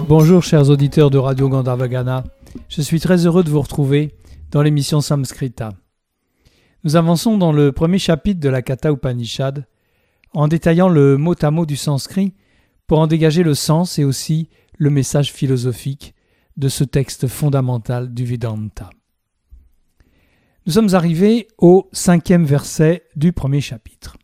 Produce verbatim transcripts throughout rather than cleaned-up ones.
Bonjour chers auditeurs de Radio Gandharvagana, je suis très heureux de vous retrouver dans l'émission Samskrita. Nous avançons dans le premier chapitre de la Katha Upanishad en détaillant le mot à mot du sanskrit pour en dégager le sens et aussi le message philosophique de ce texte fondamental du Vedanta. Nous sommes arrivés au cinquième verset du premier chapitre.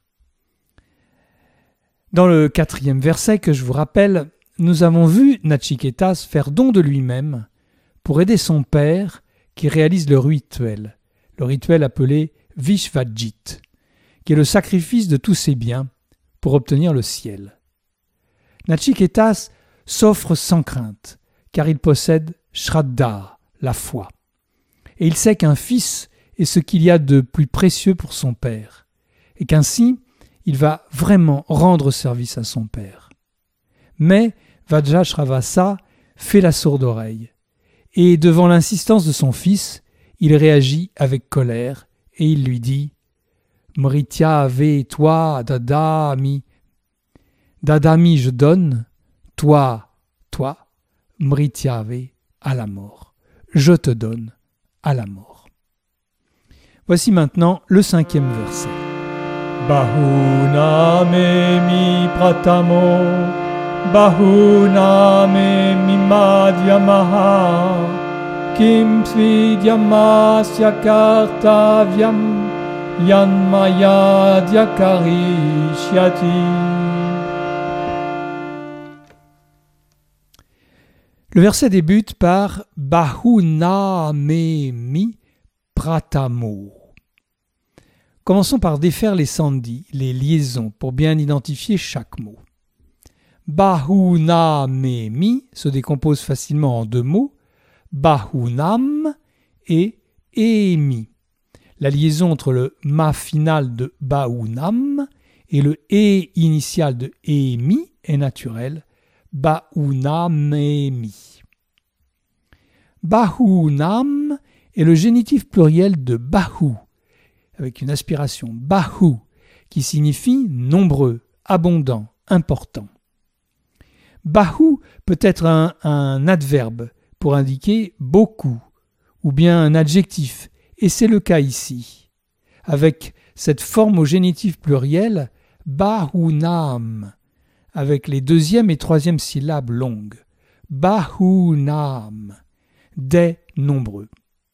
Dans le quatrième verset que je vous rappelle, nous avons vu Nachiketas faire don de lui-même pour aider son père qui réalise le rituel, le rituel appelé Vishvajit, qui est le sacrifice de tous ses biens pour obtenir le ciel. Nachiketas s'offre sans crainte, car il possède Shraddha, la foi, et il sait qu'un fils est ce qu'il y a de plus précieux pour son père, et qu'ainsi il va vraiment rendre service à son père. Mais Vajrashravasa fait la sourde oreille, et devant l'insistance de son fils, il réagit avec colère, et il lui dit « Mritya ve toi dadami, dadami je donne, toi, toi, Mritya ve à la mort, je te donne à la mort. » Voici maintenant le cinquième verset. Bahuna me mi pratamo, bahuna me mi madhyamaha, kim svidyamasya kartavyam, yanmaya dyakarishyati. Le verset débute par bahuna me mi pratamo. Commençons par défaire les sandhis, les liaisons, pour bien identifier chaque mot. Bahuna me mi se décompose facilement en deux mots, bahunam et emi. La liaison entre le ma final de bahunam et le e initial de emi est naturelle, bahunamemi. Bahunam est le génitif pluriel de bahu, avec une aspiration bahu, qui signifie nombreux, abondant, important. Bahu peut être un, un adverbe pour indiquer beaucoup, ou bien un adjectif, et c'est le cas ici, avec cette forme au génitif pluriel bahunam, avec les deuxième et troisième syllabes longues. Bahunam, des nombreux.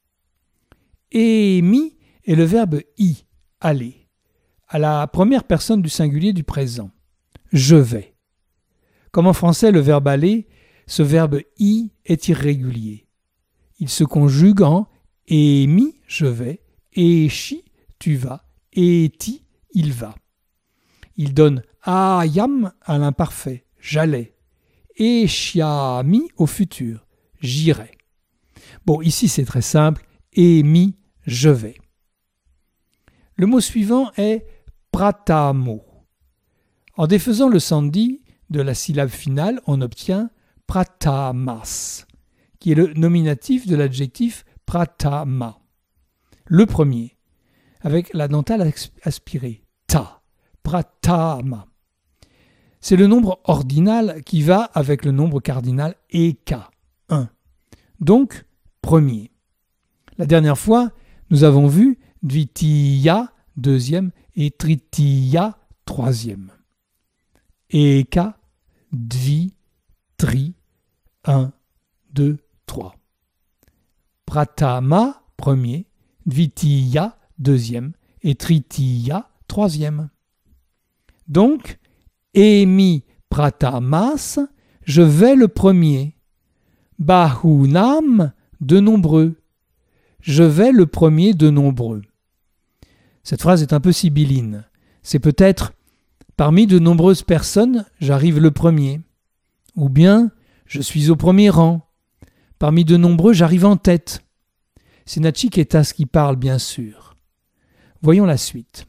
Emi est le verbe i, aller, à la première personne du singulier du présent. Je vais. Comme en français, le verbe aller, ce verbe i est irrégulier. Il se conjugue en emi, je vais, eshi, tu vas, eti, il va. Il donne ayam à l'imparfait, j'allais, eshyami au futur, j'irai. Bon, ici c'est très simple, emi, je vais. Le mot suivant est pratamo. En défaisant le sandhi de la syllabe finale, on obtient pratamas, qui est le nominatif de l'adjectif pratama. Le premier, avec la dentale aspirée, ta, pratama. C'est le nombre ordinal qui va avec le nombre cardinal eka, un. Donc, premier. La dernière fois, nous avons vu dvitiya, deuxième, et tritiya, troisième. Eka, dvi, tri, un, deux, trois. Pratama, premier, dvitiya, deuxième, et tritiya, troisième. Donc, emi pratamas, je vais le premier. Bahunam, de nombreux. Je vais le premier de nombreux. Cette phrase est un peu sibylline. C'est peut-être parmi de nombreuses personnes, j'arrive le premier. Ou bien je suis au premier rang. Parmi de nombreux, j'arrive en tête. C'est Nachiketas qui parle, bien sûr. Voyons la suite.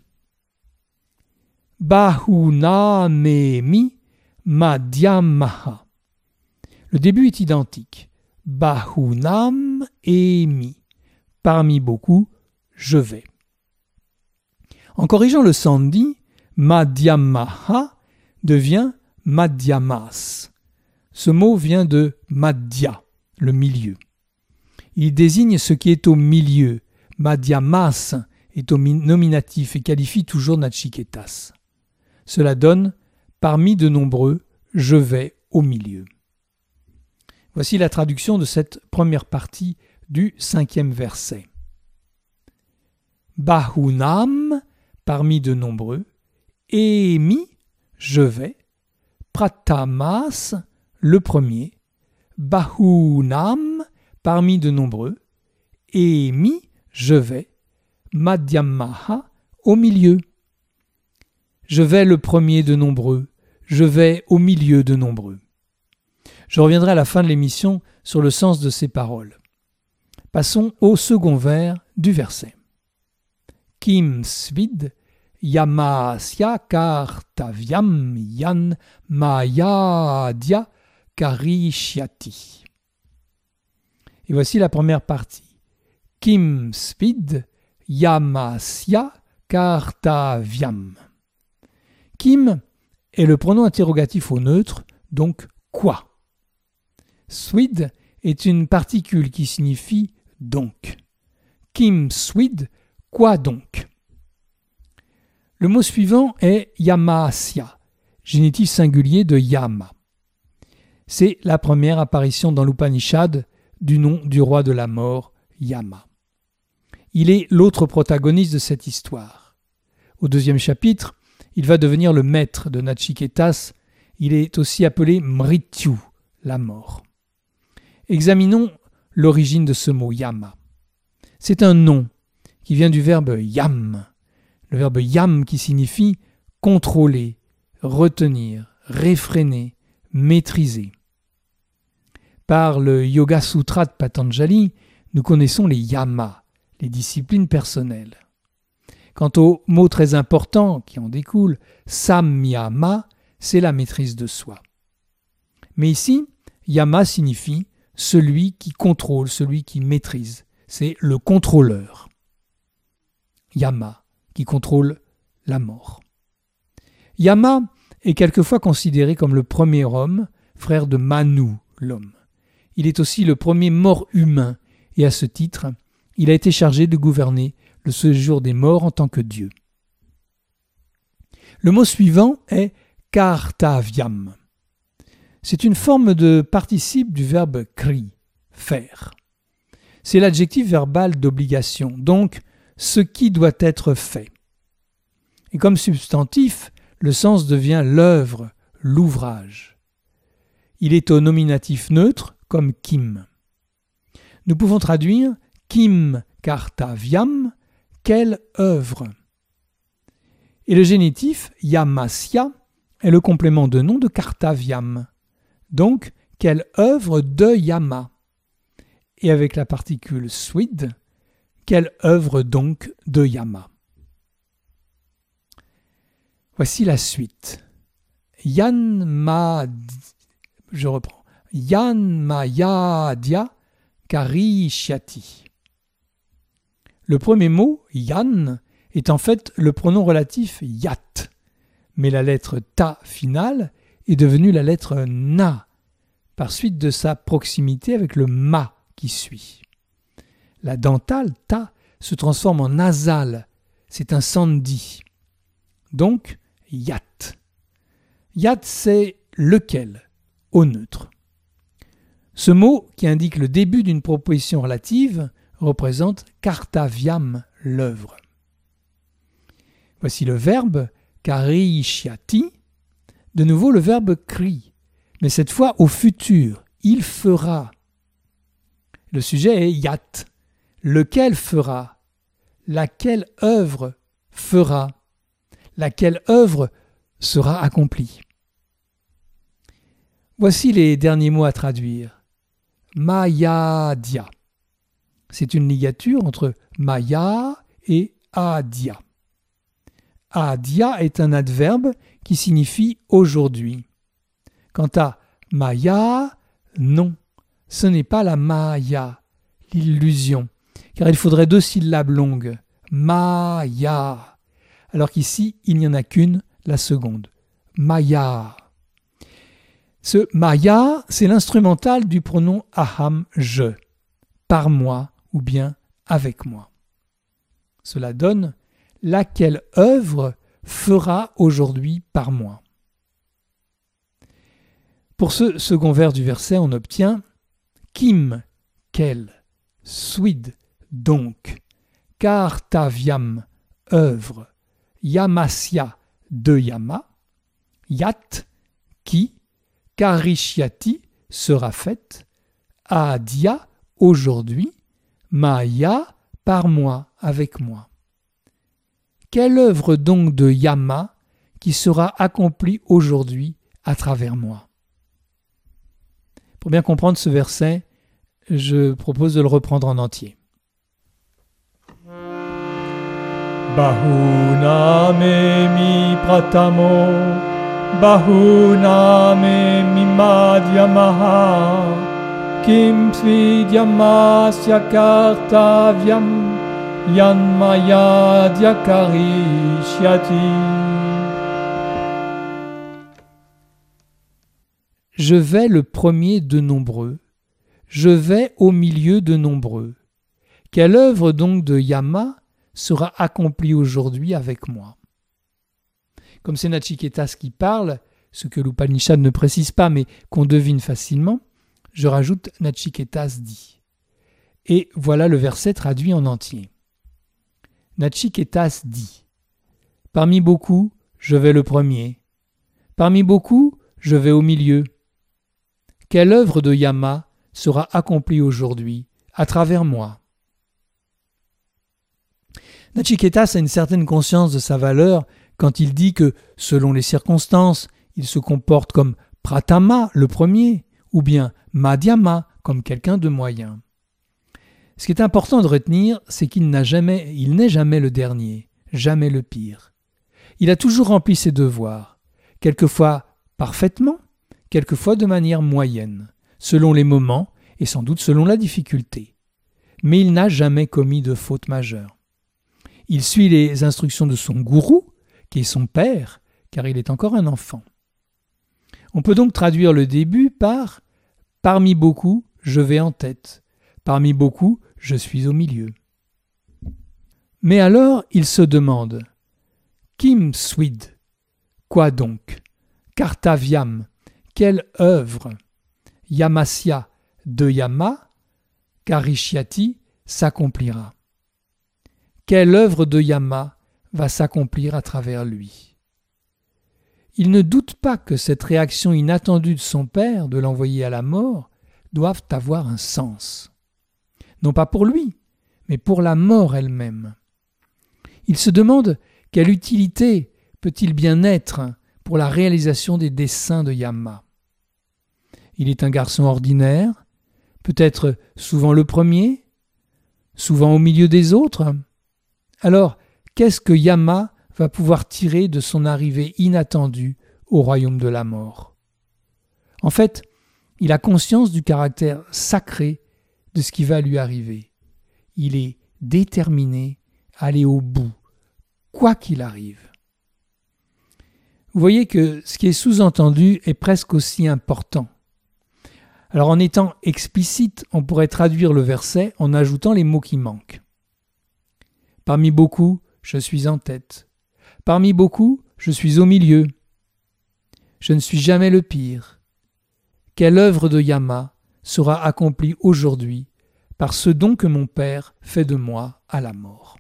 Bahunamemi madhyamaha. Le début est identique. Bahunam emi. Parmi beaucoup, je vais. En corrigeant le sandhi, madhyamaha devient madhyamas, Ce mot vient de madhya, le milieu. Il désigne ce qui est au milieu. Madhyamas est au nominatif et qualifie toujours Nachiketas. Cela donne « parmi de nombreux, je vais au milieu ». Voici la traduction de cette première partie du cinquième verset. Bahunam, parmi de nombreux, Emi, je vais, Pratamas, le premier, Bahunam, parmi de nombreux, Emi, je vais, Madhyamaha, au milieu. Je vais le premier de nombreux, je vais au milieu de nombreux. Je reviendrai à la fin de l'émission sur le sens de ces paroles. Passons au second vers du verset. Kim svid yamasya kartavyam yan mayadya karishyati. Et voici la première partie. Kim svid yamasya kartavyam. Kim est le pronom interrogatif au neutre, donc quoi. Swid est une particule qui signifie donc. Kim swid, quoi donc? Le mot suivant est yamasya, génitif singulier de yama. C'est la première apparition dans l'Upanishad du nom du roi de la mort, Yama. Il est l'autre protagoniste de cette histoire. Au deuxième chapitre, il va devenir le maître de Nachiketas. Il est aussi appelé Mrityu, la mort. Examinons l'origine de ce mot Yama. C'est un nom qui vient du verbe yam, le verbe yam qui signifie contrôler, retenir, réfréner, maîtriser. Par le Yoga Sutra de Patanjali, nous connaissons les yamas, les disciplines personnelles. Quant au mot très important qui en découle, samyama, c'est la maîtrise de soi. Mais ici, yama signifie celui qui contrôle, celui qui maîtrise. C'est le contrôleur. Yama, qui contrôle la mort. Yama est quelquefois considéré comme le premier homme, frère de Manu, l'homme. Il est aussi le premier mort humain et à ce titre, il a été chargé de gouverner le séjour des morts en tant que Dieu. Le mot suivant est kartavyam. C'est une forme de participe du verbe kri, faire. C'est l'adjectif verbal d'obligation, donc ce qui doit être fait. Et comme substantif, le sens devient l'œuvre, l'ouvrage. Il est au nominatif neutre comme kim. Nous pouvons traduire kim kartavyam, quelle œuvre. Et le génitif yamasya est le complément de nom de kartavyam. Donc, quelle œuvre de Yama. Et avec la particule swid, quelle œuvre donc de Yama. Voici la suite. Yan ma, je reprends. Yan mayadya karishyati. Le premier mot, yan, est en fait le pronom relatif yat, mais la lettre ta finale est devenue la lettre na, par suite de sa proximité avec le ma qui suit. La dentale ta se transforme en nasale, c'est un sandhi. Donc, yat. Yat, c'est lequel, au neutre. Ce mot, qui indique le début d'une proposition relative, représente kartavyam, l'œuvre. Voici le verbe karishyati, de nouveau le verbe kri, mais cette fois au futur, il fera. Le sujet est yat, lequel fera, laquelle œuvre fera, laquelle œuvre sera accomplie. Voici les derniers mots à traduire. Mayadya. C'est une ligature entre maya et adya. Adya est un adverbe qui signifie aujourd'hui. Quant à maya, non, ce n'est pas la maya, l'illusion, car il faudrait deux syllabes longues, maya, alors qu'ici il n'y en a qu'une, la seconde, maya. Ce maya, c'est l'instrumental du pronom aham, je, par moi ou bien avec moi. Cela donne laquelle œuvre fera aujourd'hui par moi. Pour ce second vers du verset, on obtient Kim, quel, swid, donc, kartavyam, œuvre, yamasya, de yama, yat, qui, karishyati, sera faite, adya, aujourd'hui, maya, par moi, avec moi. Quelle œuvre donc de yama qui sera accomplie aujourd'hui à travers moi? Pour bien comprendre ce verset, je propose de le reprendre en entier. Bahuna me mi pratamo, bahuna me mi madhyamaha, kim svidyamasya kartavyam, yanmaya dyakarishyati. Je vais le premier de nombreux, je vais au milieu de nombreux. Quelle œuvre donc de yama sera accomplie aujourd'hui avec moi? Comme c'est Nachiketas qui parle, ce que l'Upanishad ne précise pas mais qu'on devine facilement, je rajoute Nachiketas dit. Et voilà le verset traduit en entier. Nachiketas dit: parmi beaucoup, je vais le premier. Parmi beaucoup, je vais au milieu. Quelle œuvre de yama sera accomplie aujourd'hui à travers moi? Nachiketas a une certaine conscience de sa valeur quand il dit que, selon les circonstances, il se comporte comme pratama, le premier, ou bien madhyama, comme quelqu'un de moyen. Ce qui est important de retenir, c'est qu'il n'a jamais, il n'est jamais le dernier, jamais le pire. Il a toujours rempli ses devoirs, quelquefois parfaitement, quelquefois de manière moyenne, selon les moments et sans doute selon la difficulté. Mais il n'a jamais commis de faute majeure. Il suit les instructions de son gourou, qui est son père, car il est encore un enfant. On peut donc traduire le début par « parmi beaucoup, je vais en tête, parmi beaucoup, je suis au milieu ». Mais alors, il se demande « Kim swid » Quoi donc? Kartavyam, quelle œuvre? Yamasya, de yama, karishyati, s'accomplira. Quelle œuvre de yama va s'accomplir à travers lui? Il ne doute pas que cette réaction inattendue de son père de l'envoyer à la mort doive avoir un sens. Non pas pour lui, mais pour la mort elle-même. Il se demande quelle utilité peut-il bien être pour la réalisation des desseins de Yama. Il est un garçon ordinaire, peut-être souvent le premier, souvent au milieu des autres. Alors, qu'est-ce que Yama va pouvoir tirer de son arrivée inattendue au royaume de la mort? En fait, il a conscience du caractère sacré de ce qui va lui arriver. Il est déterminé à aller au bout, quoi qu'il arrive. Vous voyez que ce qui est sous-entendu est presque aussi important. Alors en étant explicite, on pourrait traduire le verset en ajoutant les mots qui manquent. Parmi beaucoup, je suis en tête. Parmi beaucoup, je suis au milieu. Je ne suis jamais le pire. Quelle œuvre de Yama sera accomplie aujourd'hui par ce don que mon Père fait de moi à la mort?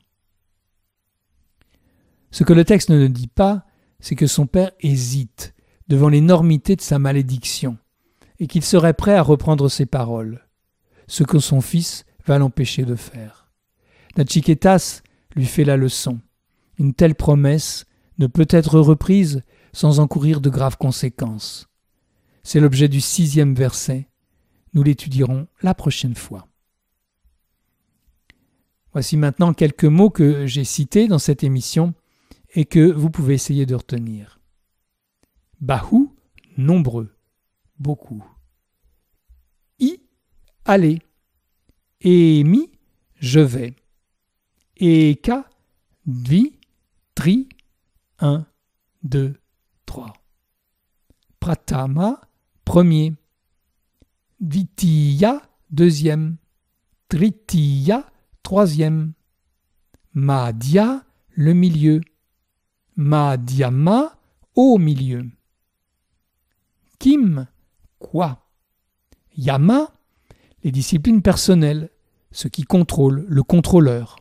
Ce que le texte ne dit pas, c'est que son père hésite devant l'énormité de sa malédiction et qu'il serait prêt à reprendre ses paroles, ce que son fils va l'empêcher de faire. Nachiketas lui fait la leçon. Une telle promesse ne peut être reprise sans encourir de graves conséquences. C'est l'objet du sixième verset. Nous l'étudierons la prochaine fois. Voici maintenant quelques mots que j'ai cités dans cette émission et que vous pouvez essayer de retenir. Bahu, nombreux, beaucoup. I, aller. Et mi, je vais. Et ka, dvi, tri, un, deux, trois. Pratama, premier. Dvitiya, deuxième. Tritiya, troisième. Madhya, le milieu. Madhyama, au milieu. Kim, quoi. Yama, les disciplines personnelles, ce qui contrôle, le contrôleur.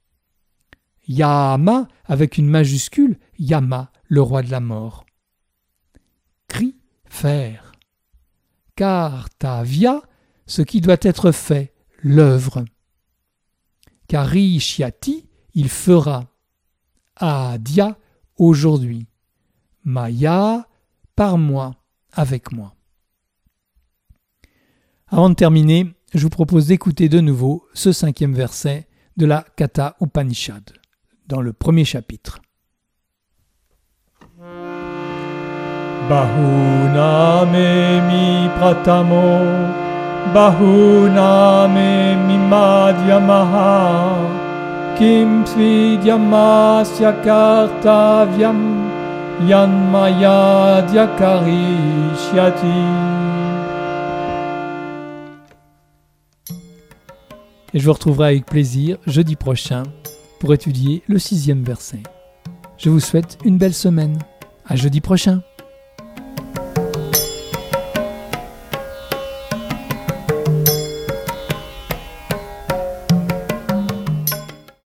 Yama, avec une majuscule, Yama, le roi de la mort. Kri, faire. Kartavya, ce qui doit être fait, l'œuvre. Karishyati, il fera. Adya, aujourd'hui. Maya, par moi, avec moi. Avant de terminer, je vous propose d'écouter de nouveau ce cinquième verset de la Katha Upanishad, dans le premier chapitre. Bahunamemi pratamo, bahunamemi madhyamaha, kim svidyamasya kartavyam, yanmaya dhyakarishyati. Et je vous retrouverai avec plaisir jeudi prochain pour étudier le sixième verset. Je vous souhaite une belle semaine. À jeudi prochain.